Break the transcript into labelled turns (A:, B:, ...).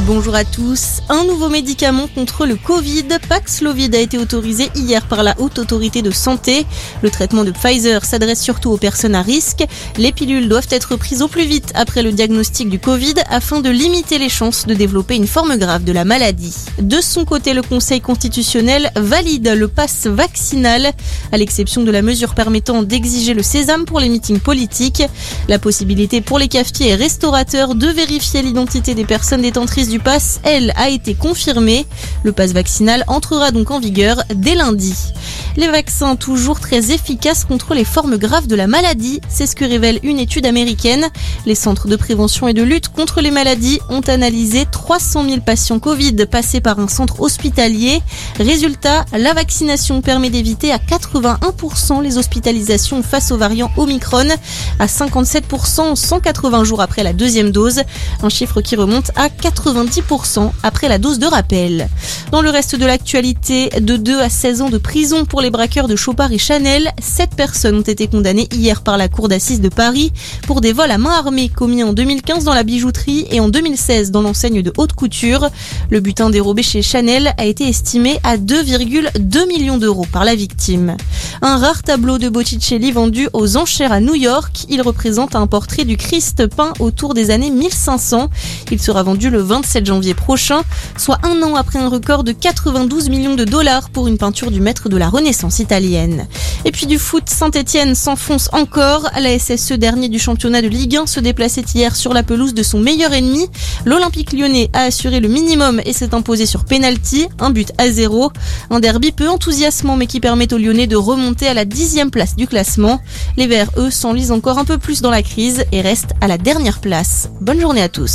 A: Bonjour à tous. Un nouveau médicament contre le Covid, Paxlovid, a été autorisé hier par la Haute Autorité de Santé. Le traitement de Pfizer s'adresse surtout aux personnes à risque. Les pilules doivent être prises au plus vite après le diagnostic du Covid afin de limiter les chances de développer une forme grave de la maladie. De son côté, le Conseil constitutionnel valide le pass vaccinal, à l'exception de la mesure permettant d'exiger le sésame pour les meetings politiques. La possibilité pour les cafetiers et restaurateurs de vérifier l'identité des personnes détentrices du pass, elle, a été confirmée. Le pass vaccinal entrera donc en vigueur dès lundi. Les vaccins toujours très efficaces contre les formes graves de la maladie, c'est ce que révèle une étude américaine. Les centres de prévention et de lutte contre les maladies ont analysé 300 000 patients Covid passés par un centre hospitalier. Résultat, la vaccination permet d'éviter à 81% les hospitalisations face aux variants Omicron, à 57% 180 jours après la deuxième dose, un chiffre qui remonte à 90% après la dose de rappel. Dans le reste de l'actualité, de 2 à 16 ans de prison pour les braqueurs de Chopard et Chanel, 7 personnes ont été condamnées hier par la cour d'assises de Paris pour des vols à main armée commis en 2015 dans la bijouterie et en 2016 dans l'enseigne de haute couture. Le butin dérobé chez Chanel a été estimé à 2,2 millions d'euros par la victime. Un rare tableau de Botticelli vendu aux enchères à New York. Il représente un portrait du Christ peint autour des années 1500. Il sera vendu le 27 janvier prochain, soit un an après un record de 92 millions de dollars pour une peinture du maître de la Renaissance italienne. Et puis du foot, Saint-Etienne s'enfonce encore. La SSE, dernier du championnat de Ligue 1, se déplaçait hier sur la pelouse de son meilleur ennemi. L'Olympique lyonnais a assuré le minimum et s'est imposé sur pénalty, 1-0. Un derby peu enthousiasmant mais qui permet aux Lyonnais de remonter à la 10e place du classement. Les Verts, eux, s'enlisent encore un peu plus dans la crise et restent à la dernière place. Bonne journée à tous.